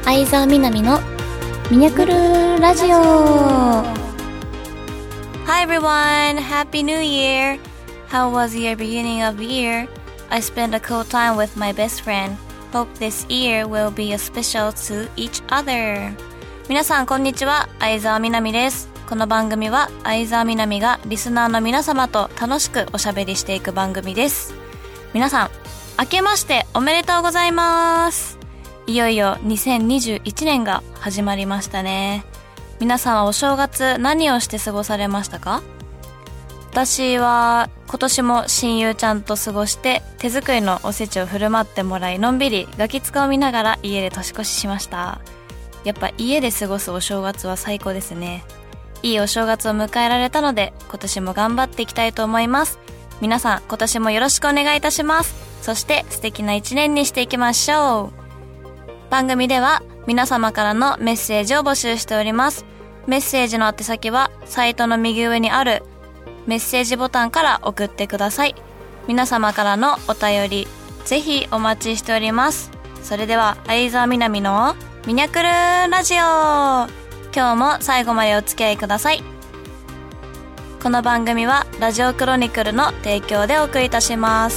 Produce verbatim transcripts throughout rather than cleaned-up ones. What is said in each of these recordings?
相沢みなみのミニャクルラジオ。 Hi everyone, Happy New Year. How was your beginning of the year? I spent a cool time with my best friend. Hope this year will be a special to each other. 皆さんこんにちは、相沢みなみです。この番組は相沢みなみがリスナーの皆様と楽しくおしゃべりしていく番組です。皆さん明けましておめでとうございます。いよいよにせんにじゅういちねんが始まりましたね。皆さんはお正月何をして過ごされましたか？私は今年も親友ちゃんと過ごして手作りのおせちを振る舞ってもらい、のんびりガキ使を見ながら家で年越ししました。やっぱ家で過ごすお正月は最高ですね。いいお正月を迎えられたので今年も頑張っていきたいと思います。皆さん今年もよろしくお願いいたします。そして素敵な一年にしていきましょう。番組では皆様からのメッセージを募集しております。メッセージの宛先はサイトの右上にあるメッセージボタンから送ってください。皆様からのお便りぜひお待ちしております。それでは相沢みなみのミニャクルラジオ、今日も最後までお付き合いください。この番組はラジオクロニクルの提供でお送りいたします。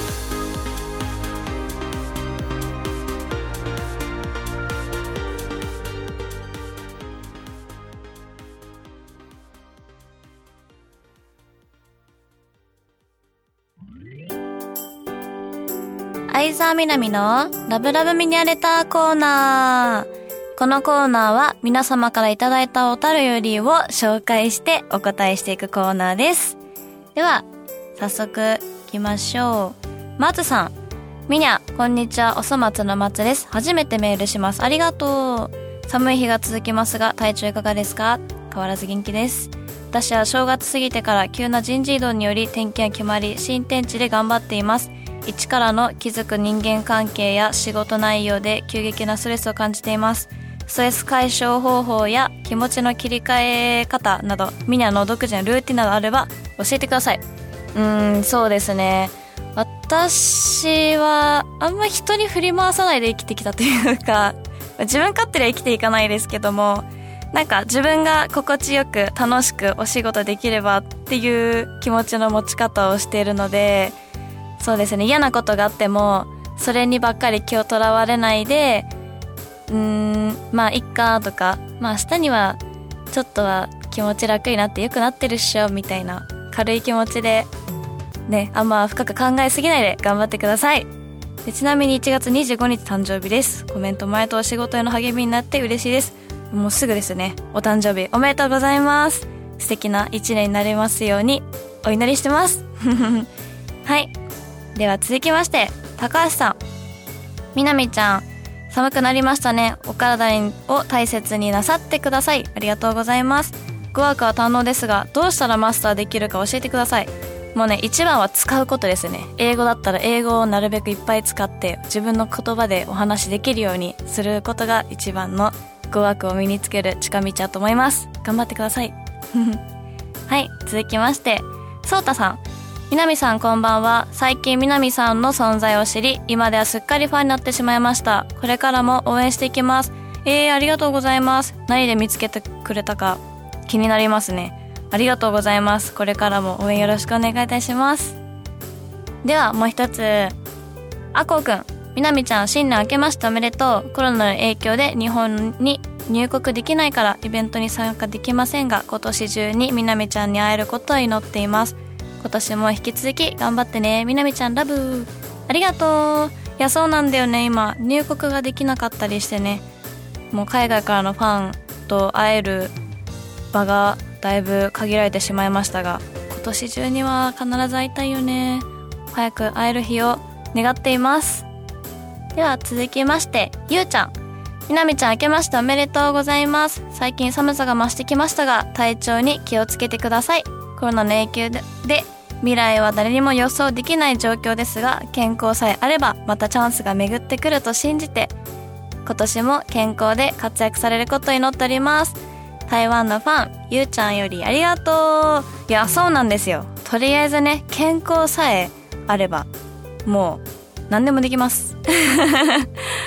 相沢みなみのラブラブミニャレターコーナー。このコーナーは皆様からいただいたお便りを紹介してお答えしていくコーナーです。では早速行きましょう。松さん、みにゃこんにちは、おそ松の松です。初めてメールします。ありがとう。寒い日が続きますが体調いかがですか？変わらず元気です。私は正月過ぎてから急な人事異動により転勤が決まり、新天地で頑張っています。一からの気づく人間関係や仕事内容で急激なストレスを感じています。ストレス解消方法や気持ちの切り替え方など、ミニャの独自のルーティンなどあれば教えてください。うーんそうですね、私はあんま人に振り回さないで生きてきたというか、自分勝手で生きていかないですけども、なんか自分が心地よく楽しくお仕事できればっていう気持ちの持ち方をしているので、そうですね、嫌なことがあってもそれにばっかり気をとらわれないで、うーんまあいっかとか、まあ明日にはちょっとは気持ち楽になって良くなってるっしょみたいな軽い気持ちでね、あんま深く考えすぎないで頑張ってください。でちなみにいちがつにじゅうごにち誕生日です。コメント前とお仕事への励みになって嬉しいです。もうすぐですね、お誕生日おめでとうございます。素敵な一年になりますようにお祈りしてますはい、では続きまして高橋さん、みなみちゃん寒くなりましたね。お体を大切になさってください。ありがとうございます。語学は堪能ですがどうしたらマスターできるか教えてください。もうね、一番は使うことですね。英語だったら英語をなるべくいっぱい使って自分の言葉でお話できるようにすることが一番の語学を身につける近道だと思います。頑張ってくださいはい、続きましてそうたさん、みなみさんこんばんは。最近みなみさんの存在を知り、今ではすっかりファンになってしまいました。これからも応援していきます。えー、ありがとうございます。何で見つけてくれたか気になりますね。ありがとうございます。これからも応援よろしくお願いいたします。ではもう一つ、あこうくん、みなみちゃん新年明けましておめでとう。コロナの影響で日本に入国できないからイベントに参加できませんが、今年中にみなみちゃんに会えることを祈っています。今年も引き続き頑張ってね。みなみちゃんラブ。ありがとう。いやそうなんだよね、今入国ができなかったりしてね、もう海外からのファンと会える場がだいぶ限られてしまいましたが、今年中には必ず会いたいよね。早く会える日を願っています。では続きましてゆうちゃん、みなみちゃん明けましておめでとうございます。最近寒さが増してきましたが体調に気をつけてください。コロナの影響でで未来は誰にも予想できない状況ですが、健康さえあればまたチャンスが巡ってくると信じて、今年も健康で活躍されることを祈っております。台湾のファンゆうちゃんよりありがとう。いやそうなんですよ、とりあえずね、健康さえあればもう何でもできます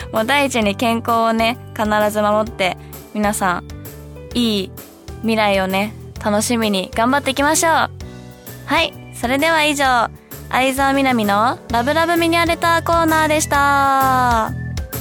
もう第一に健康をね必ず守って、皆さんいい未来をね楽しみに頑張っていきましょう。はい、それでは以上、相沢みなみのラブラブミニアレターコーナーでした。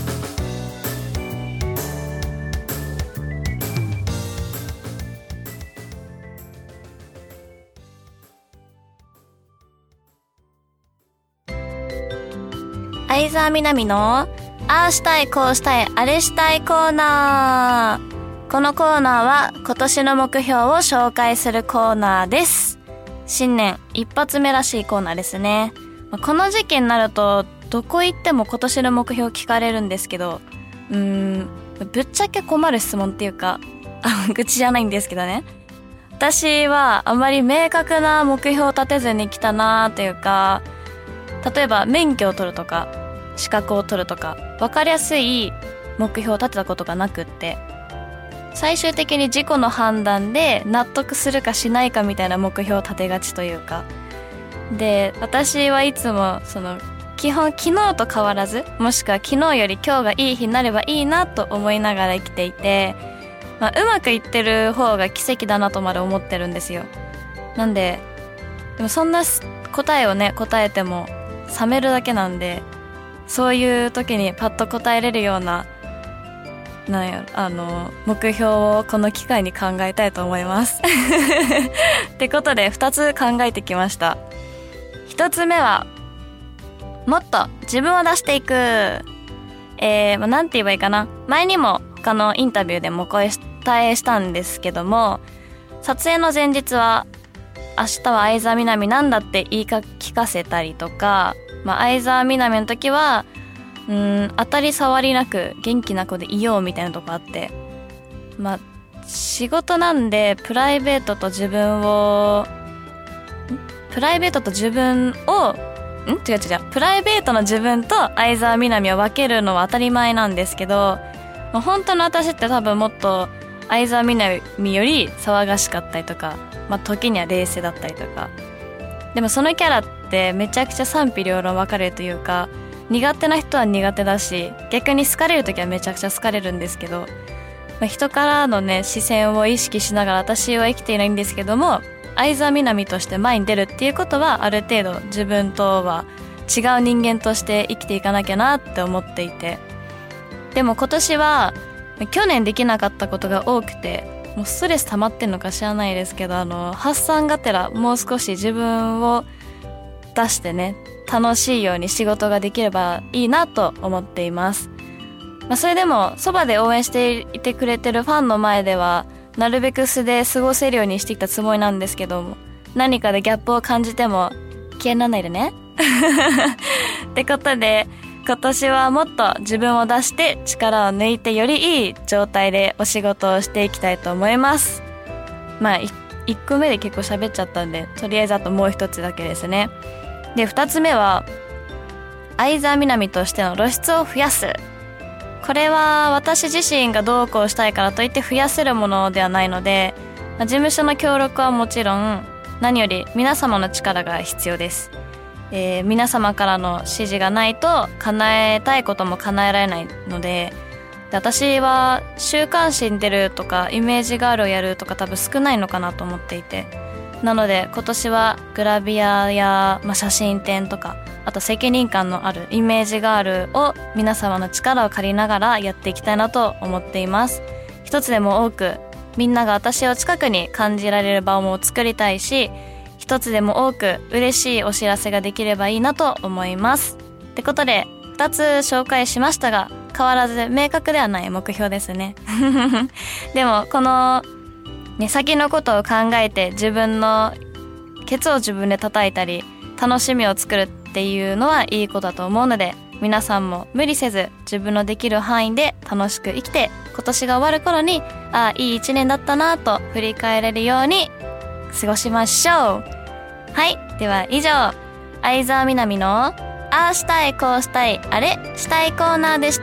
相沢みなみのああしたいこうしたいあれしたいコーナー。このコーナーは今年の目標を紹介するコーナーです。新年一発目らしいコーナーですね。この時期になるとどこ行っても今年の目標聞かれるんですけど、うーんぶっちゃけ困る質問っていうか、あ愚痴じゃないんですけどね、私はあまり明確な目標を立てずに来たなーというか、例えば免許を取るとか資格を取るとか分かりやすい目標を立てたことがなくって、最終的に自己の判断で納得するかしないかみたいな目標を立てがちというかで、私はいつもその基本昨日と変わらず、もしくは昨日より今日がいい日になればいいなと思いながら生きていて、まあ、うまくいってる方が奇跡だなとまで思ってるんですよ。なんででもそんな答えをね答えても冷めるだけなんで、そういう時にパッと答えれるようななんやあの目標をこの機会に考えたいと思いますってことでふたつ考えてきました。ひとつめはもっと自分を出していく。えー、まあ、なんて言えばいいかな、前にも他のインタビューでもお答えしたんですけども、撮影の前日は明日は相沢みなみなんだって言い聞かせたりとか、まあ、相沢みなみの時はうーん当たり障りなく元気な子でいようみたいなとこあって、まあ仕事なんでプライベートと自分をプライベートと自分をん違う違うプライベートの自分と相沢みなみを分けるのは当たり前なんですけど、まあ、本当の私って多分もっと相沢みなみより騒がしかったりとか、まあ、時には冷静だったりとか、でもそのキャラってめちゃくちゃ賛否両論分かれるというか、苦手な人は苦手だし、逆に好かれる時はめちゃくちゃ好かれるんですけど、まあ、人からのね視線を意識しながら私は生きていないんですけども、相沢みなみとして前に出るっていうことはある程度自分とは違う人間として生きていかなきゃなって思っていて、でも今年は去年できなかったことが多くて、もうストレス溜まってんのか知らないですけど、あの発散がてらもう少し自分を出してね楽しいように仕事ができればいいなと思っています。まあ、それでもそばで応援していてくれてるファンの前ではなるべく素で過ごせるようにしてきたつもりなんですけども、何かでギャップを感じても気にならないでねってことで、今年はもっと自分を出して力を抜いてよりいい状態でお仕事をしていきたいと思います。まあいっこめで結構喋っちゃったんで、とりあえずあともう一つだけですね。でふたつめは相沢みなみとしての露出を増やす。これは私自身がどうこうしたいからといって増やせるものではないので、まあ、事務所の協力はもちろん何より皆様の力が必要です。えー、皆様からの指示がないと叶えたいことも叶えられないので、で私は週刊誌に出るとかイメージガールをやるとか多分少ないのかなと思っていて、なので今年はグラビアや、まあ、写真展とか、あと責任感のあるイメージガールを皆様の力を借りながらやっていきたいなと思っています。一つでも多くみんなが私を近くに感じられる場を作りたいし、一つでも多く嬉しいお知らせができればいいなと思います。ってことでふたつ紹介しましたが、変わらず明確ではない目標ですねでもこの、ね、先のことを考えて自分のケツを自分で叩いたり楽しみを作るっていうのはいいことだと思うので、皆さんも無理せず自分のできる範囲で楽しく生きて、今年が終わる頃にああいい一年だったなと振り返れるように過ごしましょう。はい、では以上、相沢みなみのああしたいこうしたいあれしたいコーナーでした。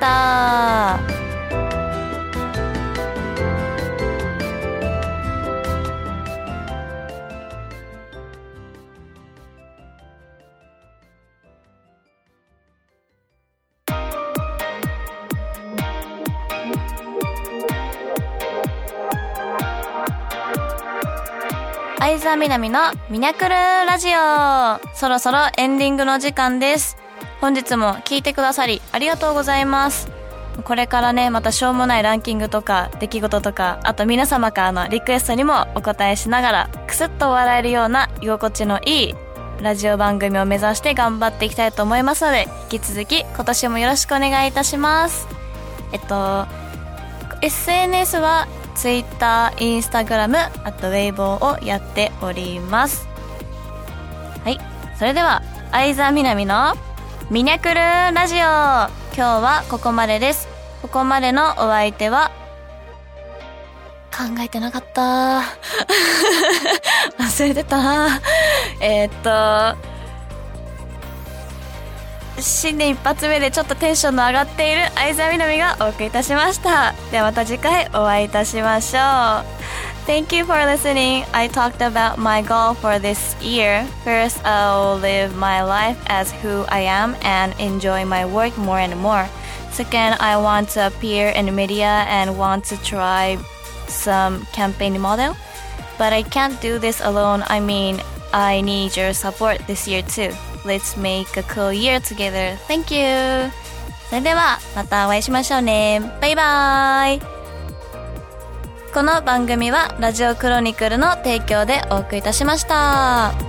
相沢みなみのミニャクルラジオ。そろそろエンディングの時間です。本日も聞いてくださりありがとうございます。これからね、またしょうもないランキングとか出来事とか、あと皆様からのリクエストにもお答えしながら、クスッと笑えるような居心地のいいラジオ番組を目指して頑張っていきたいと思いますので、引き続き今年もよろしくお願いいたします。えっと エスエヌエス は Twitter、Instagram、あと Weibo をやっております。はい、それでは相沢みなみのミニャクルラジオ、今日はここまでです。ここまでのお相手は考えてなかった忘れてたえーっと新年一発目でちょっとテンションの上がっている相沢みなみがお送りいたしました。ではまた次回お会いいたしましょう。Thank you for listening. I talked about my goal for this year. First, I'll live my life as who I am and enjoy my work more and more. Second, I want to appear in media and want to try some campaign model. But I can't do this alone. I mean, I need your support this year too. Let's make a cool year together. Thank you. それではまたお会いしましょうね。バイバイ。この番組はラジオクロニクルの提供でお送りいたしました。